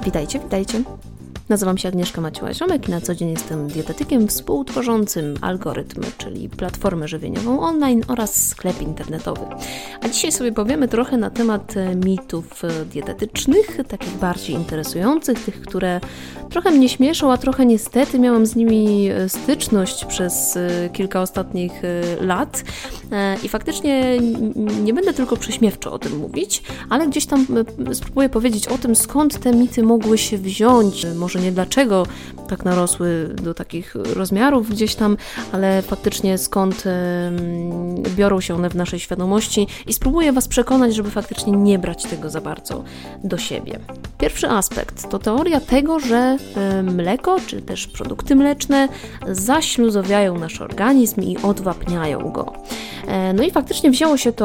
Witajcie. Nazywam się Agnieszka Maciła-Ziomek i na co dzień jestem dietetykiem współtworzącym Algorytm, czyli platformę żywieniową online oraz sklep internetowy. A dzisiaj sobie powiemy trochę na temat mitów dietetycznych, takich bardziej interesujących, tych, które trochę mnie śmieszą, a trochę niestety miałam z nimi styczność przez kilka ostatnich lat i faktycznie nie będę tylko prześmiewczo o tym mówić, ale gdzieś tam spróbuję powiedzieć o tym, skąd te mity mogły się wziąć, może nie dlaczego tak narosły do takich rozmiarów gdzieś tam, ale faktycznie skąd biorą się one w naszej świadomości i spróbuję Was przekonać, żeby faktycznie nie brać tego za bardzo do siebie. Pierwszy aspekt to teoria tego, że mleko, czy też produkty mleczne zaśluzowiają nasz organizm i odwapniają go. No i faktycznie wzięło się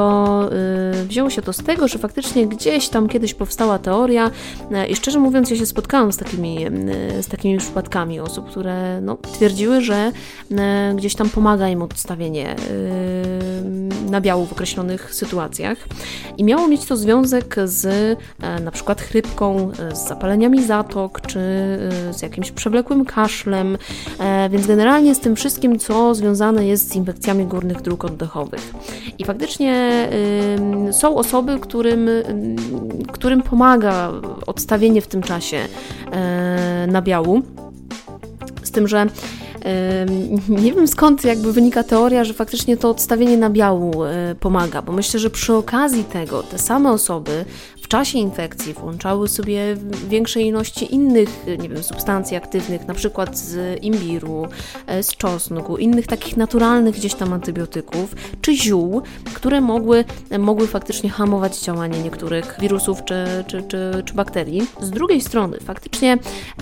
to z tego, że faktycznie gdzieś tam kiedyś powstała teoria i szczerze mówiąc ja się spotkałam z takimi przypadkami osób, które twierdziły, że gdzieś tam pomaga im odstawienie nabiału w określonych sytuacjach i miało mieć to związek z na przykład chrypką, z zapaleniami zatok, czy z jakimś przewlekłym kaszlem, więc generalnie z tym wszystkim, co związane jest z infekcjami górnych dróg oddechowych. I faktycznie są osoby, którym pomaga odstawienie w tym czasie nabiału, z tym, że nie wiem skąd wynika teoria, że faktycznie to odstawienie nabiału pomaga, bo myślę, że przy okazji tego te same osoby w czasie infekcji włączały sobie większej ilości innych, substancji aktywnych, na przykład z imbiru, z czosnku, innych takich naturalnych gdzieś tam antybiotyków, czy ziół, które mogły faktycznie hamować działanie niektórych wirusów czy bakterii. Z drugiej strony faktycznie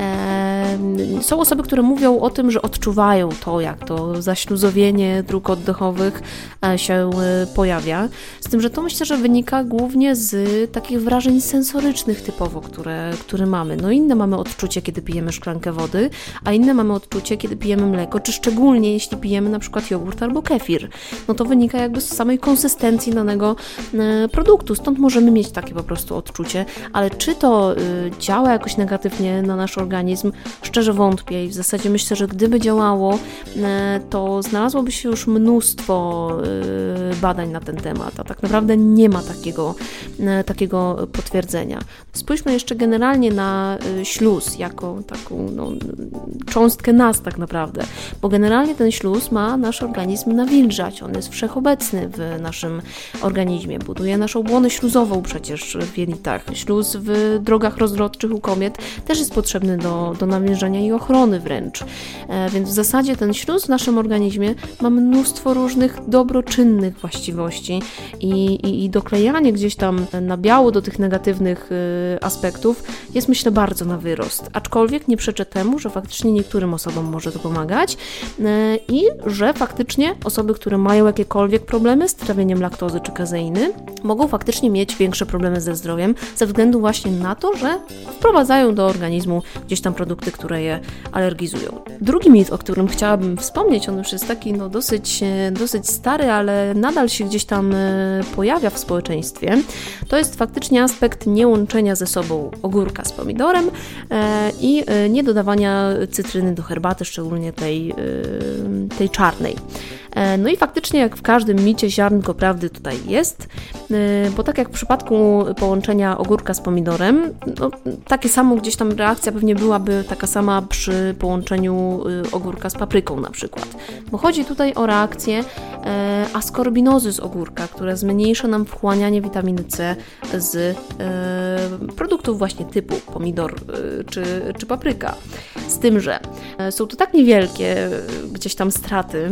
są osoby, które mówią o tym, że odczuwają to, jak to zaśluzowienie dróg oddechowych się pojawia. Z tym, że to myślę, że wynika głównie z takich wrażeń sensorycznych typowo, które mamy. Inne mamy odczucie, kiedy pijemy szklankę wody, a inne mamy odczucie, kiedy pijemy mleko, czy szczególnie jeśli pijemy na przykład jogurt albo kefir. To wynika z samej konsystencji danego produktu. Stąd możemy mieć takie po prostu odczucie, ale czy to działa jakoś negatywnie na nasz organizm? Szczerze wątpię i w zasadzie myślę, że gdyby działało, to znalazłoby się już mnóstwo badań na ten temat, a tak naprawdę nie ma takiego potwierdzenia. Spójrzmy jeszcze generalnie na śluz jako taką cząstkę nas tak naprawdę, bo generalnie ten śluz ma nasz organizm nawilżać, on jest wszechobecny w naszym organizmie, buduje naszą błonę śluzową przecież w jelitach. Śluz w drogach rozrodczych u kobiet też jest potrzebny do nawilżenia i ochrony wręcz. Więc w zasadzie ten śluz w naszym organizmie ma mnóstwo różnych dobroczynnych właściwości i doklejanie gdzieś tam nabiału do tych negatywnych aspektów jest, myślę, bardzo na wyrost. Aczkolwiek nie przeczę temu, że faktycznie niektórym osobom może to pomagać i że faktycznie osoby, które mają jakiekolwiek problemy z trawieniem laktozy czy kazeiny, mogą faktycznie mieć większe problemy ze zdrowiem ze względu właśnie na to, że wprowadzają do organizmu gdzieś tam produkty, które je alergizują. Drugi mit, o którym chciałabym wspomnieć, on już jest taki dosyć stary, ale nadal się gdzieś tam pojawia w społeczeństwie, to jest faktycznie aspekt niełączenia ze sobą ogórka z pomidorem i niedodawania cytryny do herbaty, szczególnie tej czarnej. I faktycznie jak w każdym micie ziarnko prawdy tutaj jest, bo tak jak w przypadku połączenia ogórka z pomidorem, takie samo gdzieś tam reakcja pewnie byłaby taka sama przy połączeniu ogórka z papryką na przykład. Bo chodzi tutaj o reakcję askorbinozy z ogórka, która zmniejsza nam wchłanianie witaminy C z produktów właśnie typu pomidor czy papryka. Z tym, że są to tak niewielkie gdzieś tam straty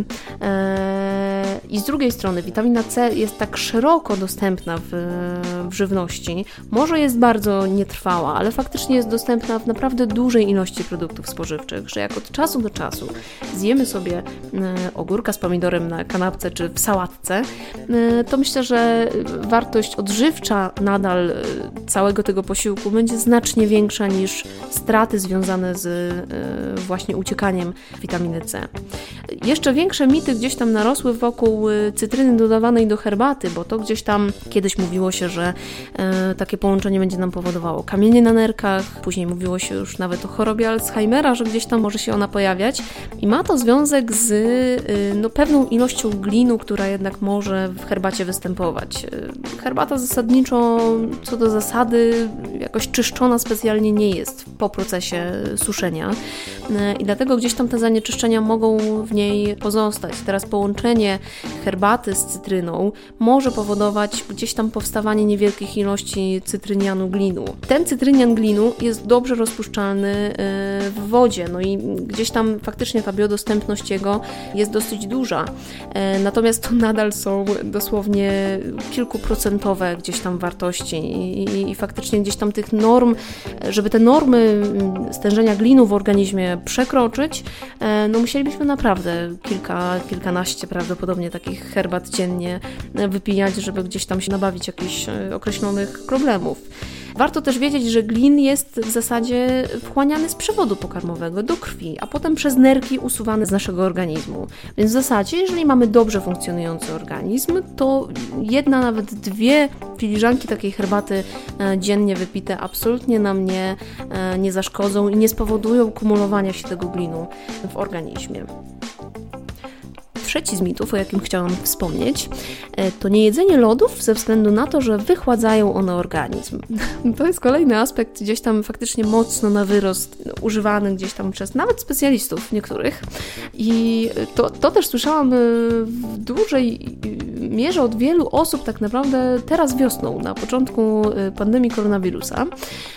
i z drugiej strony witamina C jest tak szeroko dostępna w żywności. Może jest bardzo nietrwała, ale faktycznie jest dostępna w naprawdę dużej ilości produktów spożywczych, że jak od czasu do czasu zjemy sobie ogórka z pomidorem na kanapce czy w sałatce, to myślę, że wartość odżywcza nadal całego tego posiłku będzie znacznie większa niż straty związane z właśnie uciekaniem witaminy C. Jeszcze większe mity gdzieś tam narosły wokół pomocą cytryny dodawanej do herbaty, bo to gdzieś tam kiedyś mówiło się, że takie połączenie będzie nam powodowało kamienie na nerkach, później mówiło się już nawet o chorobie Alzheimera, że gdzieś tam może się ona pojawiać i ma to związek z pewną ilością glinu, która jednak może w herbacie występować. Herbata zasadniczo co do zasady jakoś czyszczona specjalnie nie jest po procesie suszenia i dlatego gdzieś tam te zanieczyszczenia mogą w niej pozostać. Teraz połączenie herbaty z cytryną może powodować gdzieś tam powstawanie niewielkich ilości cytrynianu glinu. Ten cytrynian glinu jest dobrze rozpuszczalny w wodzie, no i gdzieś tam faktycznie ta biodostępność jego jest dosyć duża. Natomiast to nadal są dosłownie kilkuprocentowe gdzieś tam wartości i faktycznie gdzieś tam tych norm, żeby te normy stężenia glinu w organizmie przekroczyć, no musielibyśmy naprawdę kilkanaście prawdopodobnie takich herbat dziennie wypijać, żeby gdzieś tam się nabawić jakichś określonych problemów. Warto też wiedzieć, że glin jest w zasadzie wchłaniany z przewodu pokarmowego do krwi, a potem przez nerki usuwany z naszego organizmu. Więc w zasadzie, jeżeli mamy dobrze funkcjonujący organizm, to jedna, nawet 2 filiżanki takiej herbaty dziennie wypite absolutnie nam nie zaszkodzą i nie spowodują kumulowania się tego glinu w organizmie. Trzeci z mitów, o jakim chciałam wspomnieć, to niejedzenie lodów ze względu na to, że wychładzają one organizm. To jest kolejny aspekt gdzieś tam faktycznie mocno na wyrost używany gdzieś tam przez nawet specjalistów niektórych. I to też słyszałam w dużej mierze od wielu osób tak naprawdę teraz wiosną, na początku pandemii koronawirusa,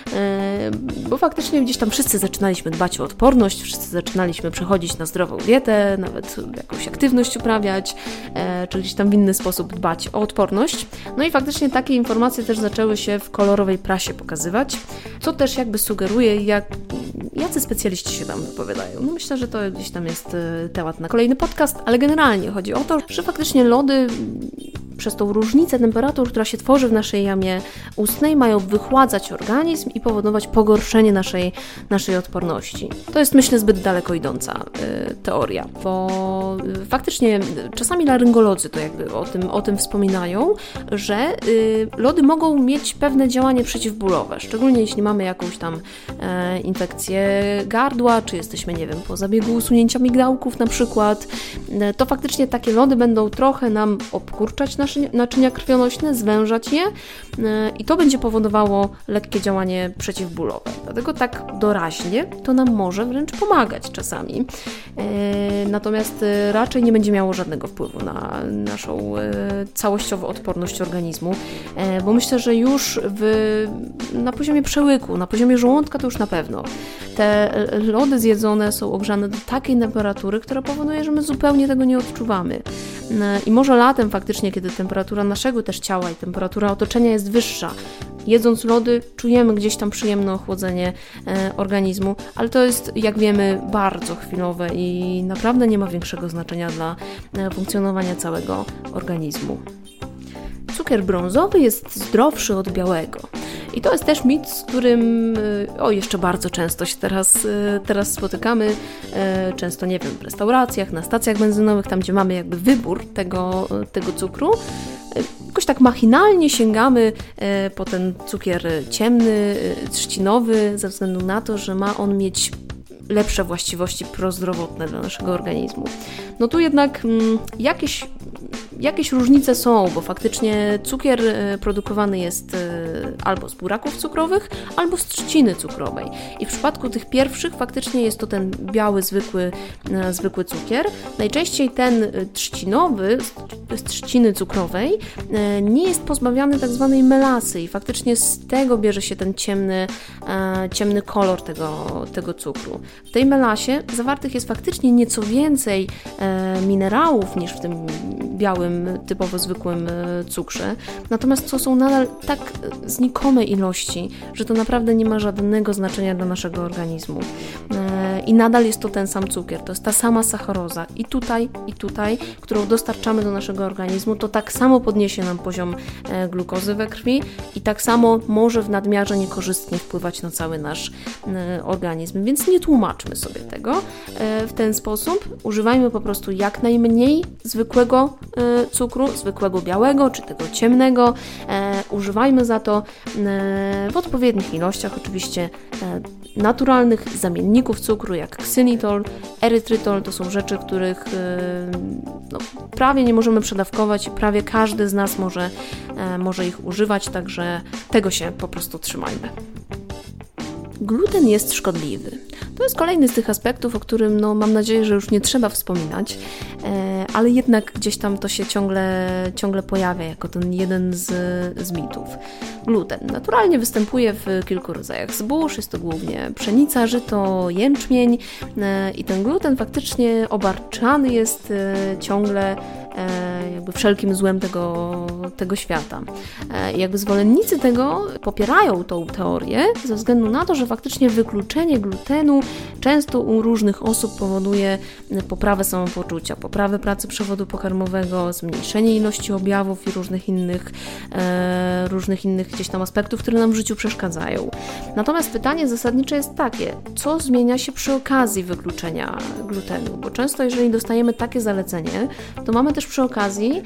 bo faktycznie gdzieś tam wszyscy zaczynaliśmy dbać o odporność, wszyscy zaczynaliśmy przechodzić na zdrową dietę, nawet jakąś aktywność uprawiać, czy gdzieś tam w inny sposób dbać o odporność. No i faktycznie takie informacje też zaczęły się w kolorowej prasie pokazywać, co też jakby sugeruje, jacy specjaliści się tam wypowiadają. No myślę, że to gdzieś tam jest temat na kolejny podcast, ale generalnie chodzi o to, że faktycznie lody przez tą różnicę temperatur, która się tworzy w naszej jamie ustnej, mają wychładzać organizm i powodować pogorszenie naszej odporności. To jest, myślę, zbyt daleko idąca teoria, bo faktycznie czasami laryngolodzy to jakby o tym wspominają, że lody mogą mieć pewne działanie przeciwbólowe, szczególnie jeśli mamy jakąś tam infekcję gardła, czy jesteśmy, nie wiem, po zabiegu usunięcia migdałków na przykład, to faktycznie takie lody będą trochę nam obkurczać naczynia krwionośne, zwężać je i to będzie powodowało lekkie działanie przeciwbólowe. Dlatego tak doraźnie to nam może wręcz pomagać czasami. Natomiast raczej nie będzie miało żadnego wpływu na naszą całościową odporność organizmu, bo myślę, że już na poziomie przełyku, na poziomie żołądka to już na pewno. Te lody zjedzone są ogrzane do takiej temperatury, która powoduje, że my zupełnie tego nie odczuwamy. I może latem faktycznie, kiedy temperatura naszego też ciała i temperatura otoczenia jest wyższa, jedząc lody czujemy gdzieś tam przyjemne ochłodzenie organizmu, ale to jest, jak wiemy, bardzo chwilowe i naprawdę nie ma większego znaczenia dla funkcjonowania całego organizmu. Cukier brązowy jest zdrowszy od białego. I to jest też mit, z którym jeszcze bardzo często się teraz spotykamy. Często, nie wiem, w restauracjach, na stacjach benzynowych, tam gdzie mamy jakby wybór tego cukru. Jakoś tak machinalnie sięgamy po ten cukier ciemny, trzcinowy, ze względu na to, że ma on mieć lepsze właściwości prozdrowotne dla naszego organizmu. No tu jednak jakieś różnice są, bo faktycznie cukier produkowany jest albo z buraków cukrowych, albo z trzciny cukrowej. I w przypadku tych pierwszych faktycznie jest to ten biały, zwykły cukier. Najczęściej ten trzcinowy z trzciny cukrowej nie jest pozbawiany tak zwanej melasy i faktycznie z tego bierze się ten ciemny kolor tego cukru. W tej melasie zawartych jest faktycznie nieco więcej minerałów niż w tym białym, typowo zwykłym cukrze, natomiast to są nadal tak znikome ilości, że to naprawdę nie ma żadnego znaczenia dla naszego organizmu. i nadal jest to ten sam cukier, to jest ta sama sacharoza i tutaj, którą dostarczamy do naszego organizmu, to tak samo podniesie nam poziom glukozy we krwi i tak samo może w nadmiarze niekorzystnie wpływać na cały nasz organizm, więc nie tłumaczmy sobie tego w ten sposób, używajmy po prostu jak najmniej zwykłego cukru, zwykłego białego czy tego ciemnego, używajmy za to w odpowiednich ilościach oczywiście naturalnych zamienników cukru jak ksylitol, erytrytol, to są rzeczy, których prawie nie możemy przedawkować i prawie każdy z nas może ich używać, także tego się po prostu trzymajmy. Gluten jest szkodliwy. To jest kolejny z tych aspektów, o którym mam nadzieję, że już nie trzeba wspominać, ale jednak gdzieś tam to się ciągle pojawia jako ten jeden z mitów. Gluten naturalnie występuje w kilku rodzajach zbóż, jest to głównie pszenica, żyto, jęczmień i ten gluten faktycznie obarczany jest ciągle jakby wszelkim złem tego świata. Jakby zwolennicy tego popierają tą teorię ze względu na to, że faktycznie wykluczenie glutenu często u różnych osób powoduje poprawę samopoczucia, poprawę pracy przewodu pokarmowego, zmniejszenie ilości objawów i różnych innych gdzieś tam aspektów, które nam w życiu przeszkadzają. Natomiast pytanie zasadnicze jest takie, co zmienia się przy okazji wykluczenia glutenu? Bo często jeżeli dostajemy takie zalecenie, to mamy też przy okazji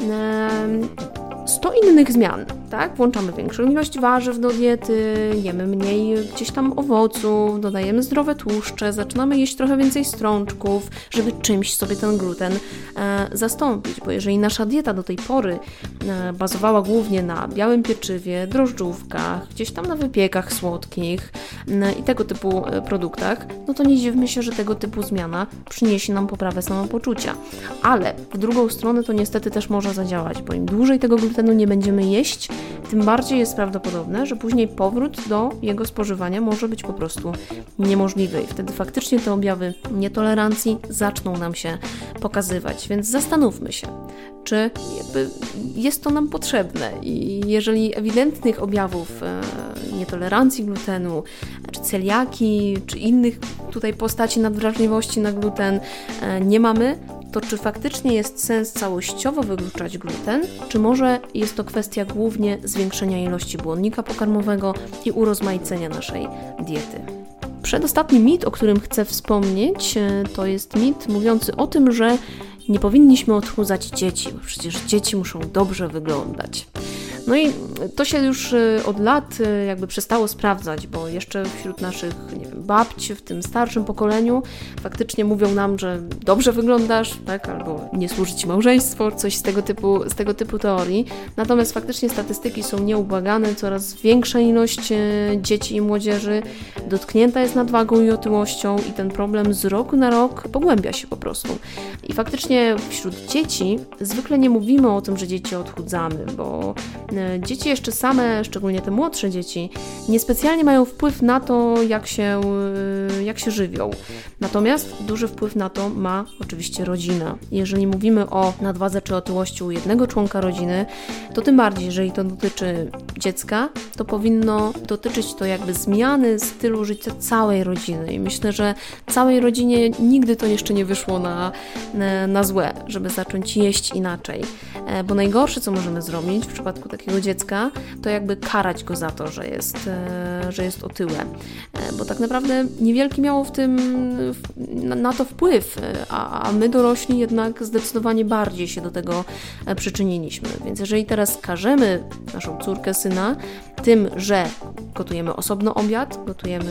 100 innych zmian, tak? Włączamy większą ilość warzyw do diety, jemy mniej gdzieś tam owoców, dodajemy zdrowe tłuszcze, zaczynamy jeść trochę więcej strączków, żeby czymś sobie ten gluten zastąpić, bo jeżeli nasza dieta do tej pory bazowała głównie na białym pieczywie, drożdżówkach, gdzieś tam na wypiekach słodkich i tego typu produktach, no to nie dziwmy się, że tego typu zmiana przyniesie nam poprawę samopoczucia. Ale w drugą stronę to niestety też może zadziałać, bo im dłużej tego glutenu nie będziemy jeść, tym bardziej jest prawdopodobne, że później powrót do jego spożywania może być po prostu niemożliwy i wtedy faktycznie te objawy nietolerancji zaczną nam się pokazywać, więc zastanówmy się, czy jest to nam potrzebne i jeżeli ewidentnych objawów nietolerancji glutenu, czy celiaki, czy innych tutaj postaci nadwrażliwości na gluten nie mamy, to czy faktycznie jest sens całościowo wykluczać gluten, czy może jest to kwestia głównie zwiększenia ilości błonnika pokarmowego i urozmaicenia naszej diety. Przedostatni mit, o którym chcę wspomnieć, to jest mit mówiący o tym, że nie powinniśmy odchudzać dzieci, bo przecież dzieci muszą dobrze wyglądać. No i to się już od lat jakby przestało sprawdzać, bo jeszcze wśród naszych, babci w tym starszym pokoleniu faktycznie mówią nam, że dobrze wyglądasz, tak, albo nie służy ci małżeństwo, coś z tego typu teorii. Natomiast faktycznie statystyki są nieubłagane, coraz większa ilość dzieci i młodzieży dotknięta jest nadwagą i otyłością i ten problem z roku na rok pogłębia się po prostu. I faktycznie wśród dzieci zwykle nie mówimy o tym, że dzieci odchudzamy, bo dzieci jeszcze same, szczególnie te młodsze dzieci, niespecjalnie mają wpływ na to, jak się żywią. Natomiast duży wpływ na to ma oczywiście rodzina. Jeżeli mówimy o nadwadze czy otyłości u jednego członka rodziny, to tym bardziej, jeżeli to dotyczy dziecka, to powinno dotyczyć to jakby zmiany stylu życia całej rodziny. I myślę, że całej rodzinie nigdy to jeszcze nie wyszło na złe, żeby zacząć jeść inaczej. Bo najgorsze, co możemy zrobić w przypadku takiego dziecka, to jakby karać go za to, że jest otyłe. Bo tak naprawdę niewielki miało na to wpływ, a my dorośli jednak zdecydowanie bardziej się do tego przyczyniliśmy. Więc jeżeli teraz karzemy naszą córkę, syna tym, że gotujemy osobno obiad, gotujemy,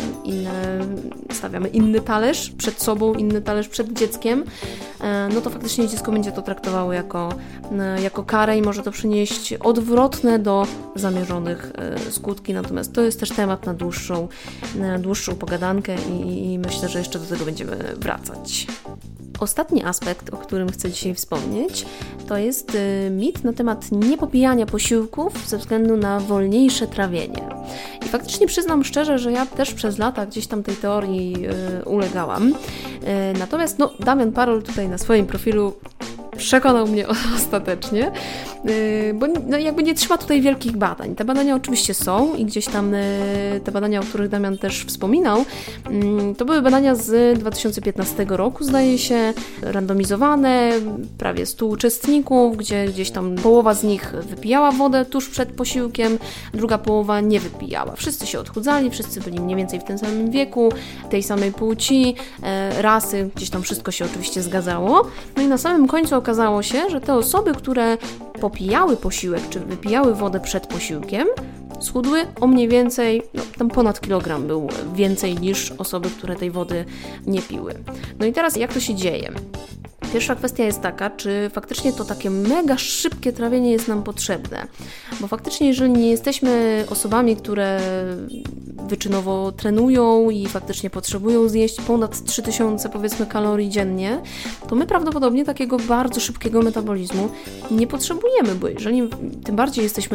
stawiamy inny talerz przed sobą, inny talerz przed dzieckiem, no to faktycznie dziecko będzie to traktowało jako karę i może to przynieść odwrotne do zamierzonych skutki. Natomiast to jest też temat na dłuższą pogadankę i myślę, że jeszcze do tego będziemy wracać. Ostatni aspekt, o którym chcę dzisiaj wspomnieć, to jest mit na temat niepopijania posiłków ze względu na wolniejsze trawienie. I faktycznie przyznam szczerze, że ja też przez lata gdzieś tam tej teorii ulegałam. Natomiast Damian Parol tutaj na swoim profilu przekonał mnie ostatecznie bo jakby nie trzeba tutaj wielkich badań. Te badania oczywiście są i gdzieś tam te badania, o których Damian też wspominał, to były badania z 2015 roku, zdaje się, randomizowane, prawie 100 uczestników, gdzie gdzieś tam połowa z nich wypijała wodę tuż przed posiłkiem, druga połowa nie wypijała. Wszyscy się odchudzali, wszyscy byli mniej więcej w tym samym wieku, tej samej płci, rasy, gdzieś tam wszystko się oczywiście zgadzało. No i na samym końcu okazało się, że te osoby, które popijały posiłek, czy wypijały wodę przed posiłkiem, schudły o mniej więcej, tam ponad kilogram był więcej niż osoby, które tej wody nie piły. No i teraz jak to się dzieje? Pierwsza kwestia jest taka, czy faktycznie to takie mega szybkie trawienie jest nam potrzebne. Bo faktycznie, jeżeli nie jesteśmy osobami, które wyczynowo trenują i faktycznie potrzebują zjeść ponad 3000 powiedzmy kalorii dziennie, to my prawdopodobnie takiego bardzo szybkiego metabolizmu nie potrzebujemy, bo jeżeli tym bardziej jesteśmy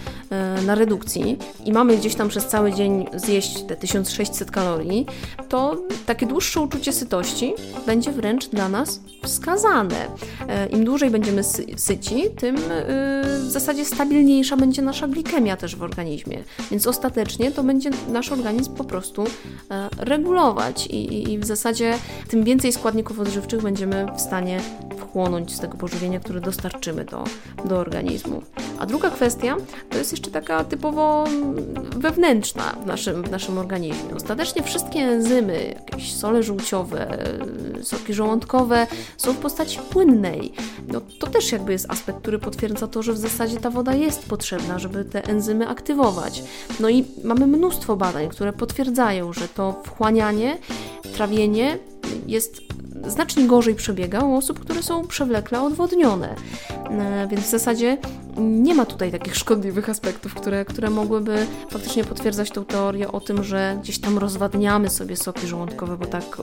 na redukcji i mamy gdzieś tam przez cały dzień zjeść te 1600 kalorii, to takie dłuższe uczucie sytości będzie wręcz dla nas wskazane. Im dłużej będziemy syci, tym w zasadzie stabilniejsza będzie nasza glikemia też w organizmie, więc ostatecznie to będzie nasz organizm po prostu regulować i w zasadzie tym więcej składników odżywczych będziemy w stanie wchłonąć z tego pożywienia, które dostarczymy do organizmu. A druga kwestia to jest jeszcze taka typowo wewnętrzna w naszym organizmie. Ostatecznie wszystkie enzymy, jakieś sole żółciowe, soki żołądkowe są w postaci płynnej. No, to też jakby jest aspekt, który potwierdza to, że w zasadzie ta woda jest potrzebna, żeby te enzymy aktywować. No i mamy mnóstwo badań, które potwierdzają, że to wchłanianie, trawienie jest znacznie gorzej przebiega u osób, które są przewlekle odwodnione. Więc w zasadzie nie ma tutaj takich szkodliwych aspektów, które mogłyby faktycznie potwierdzać tą teorię o tym, że gdzieś tam rozwadniamy sobie soki żołądkowe, bo tak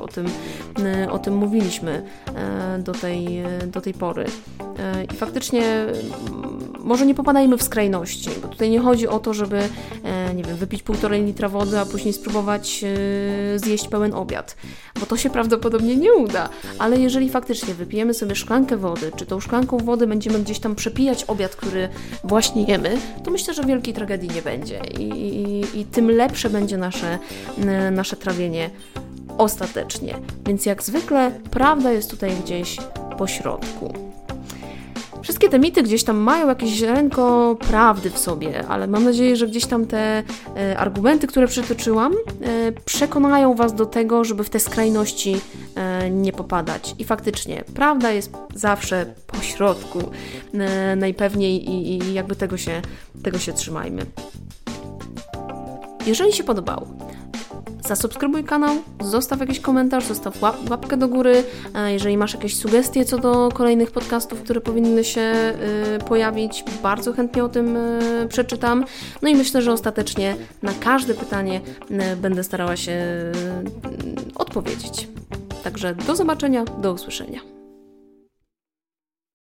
o tym mówiliśmy do tej pory. I faktycznie może nie popadajmy w skrajności, bo tutaj nie chodzi o to, żeby wypić 1,5 litra wody, a później spróbować zjeść pełen obiad, bo to się prawdopodobnie nie uda, ale jeżeli faktycznie wypijemy sobie szklankę wody, czy tą szklanką wody będziemy gdzieś tam przepijać obiad, który właśnie jemy, to myślę, że wielkiej tragedii nie będzie i tym lepsze będzie nasze trawienie ostatecznie. Więc jak zwykle prawda jest tutaj gdzieś po środku. Wszystkie te mity gdzieś tam mają jakieś ziarenko prawdy w sobie, ale mam nadzieję, że gdzieś tam te argumenty, które przytoczyłam, przekonają Was do tego, żeby w te skrajności nie popadać. I faktycznie, prawda jest zawsze po środku najpewniej i jakby tego się trzymajmy. Jeżeli się podobało, zasubskrybuj kanał, zostaw jakiś komentarz, zostaw łapkę do góry. Jeżeli masz jakieś sugestie co do kolejnych podcastów, które powinny się pojawić, bardzo chętnie o tym przeczytam. No i myślę, że ostatecznie na każde pytanie będę starała się odpowiedzieć. Także do zobaczenia, do usłyszenia.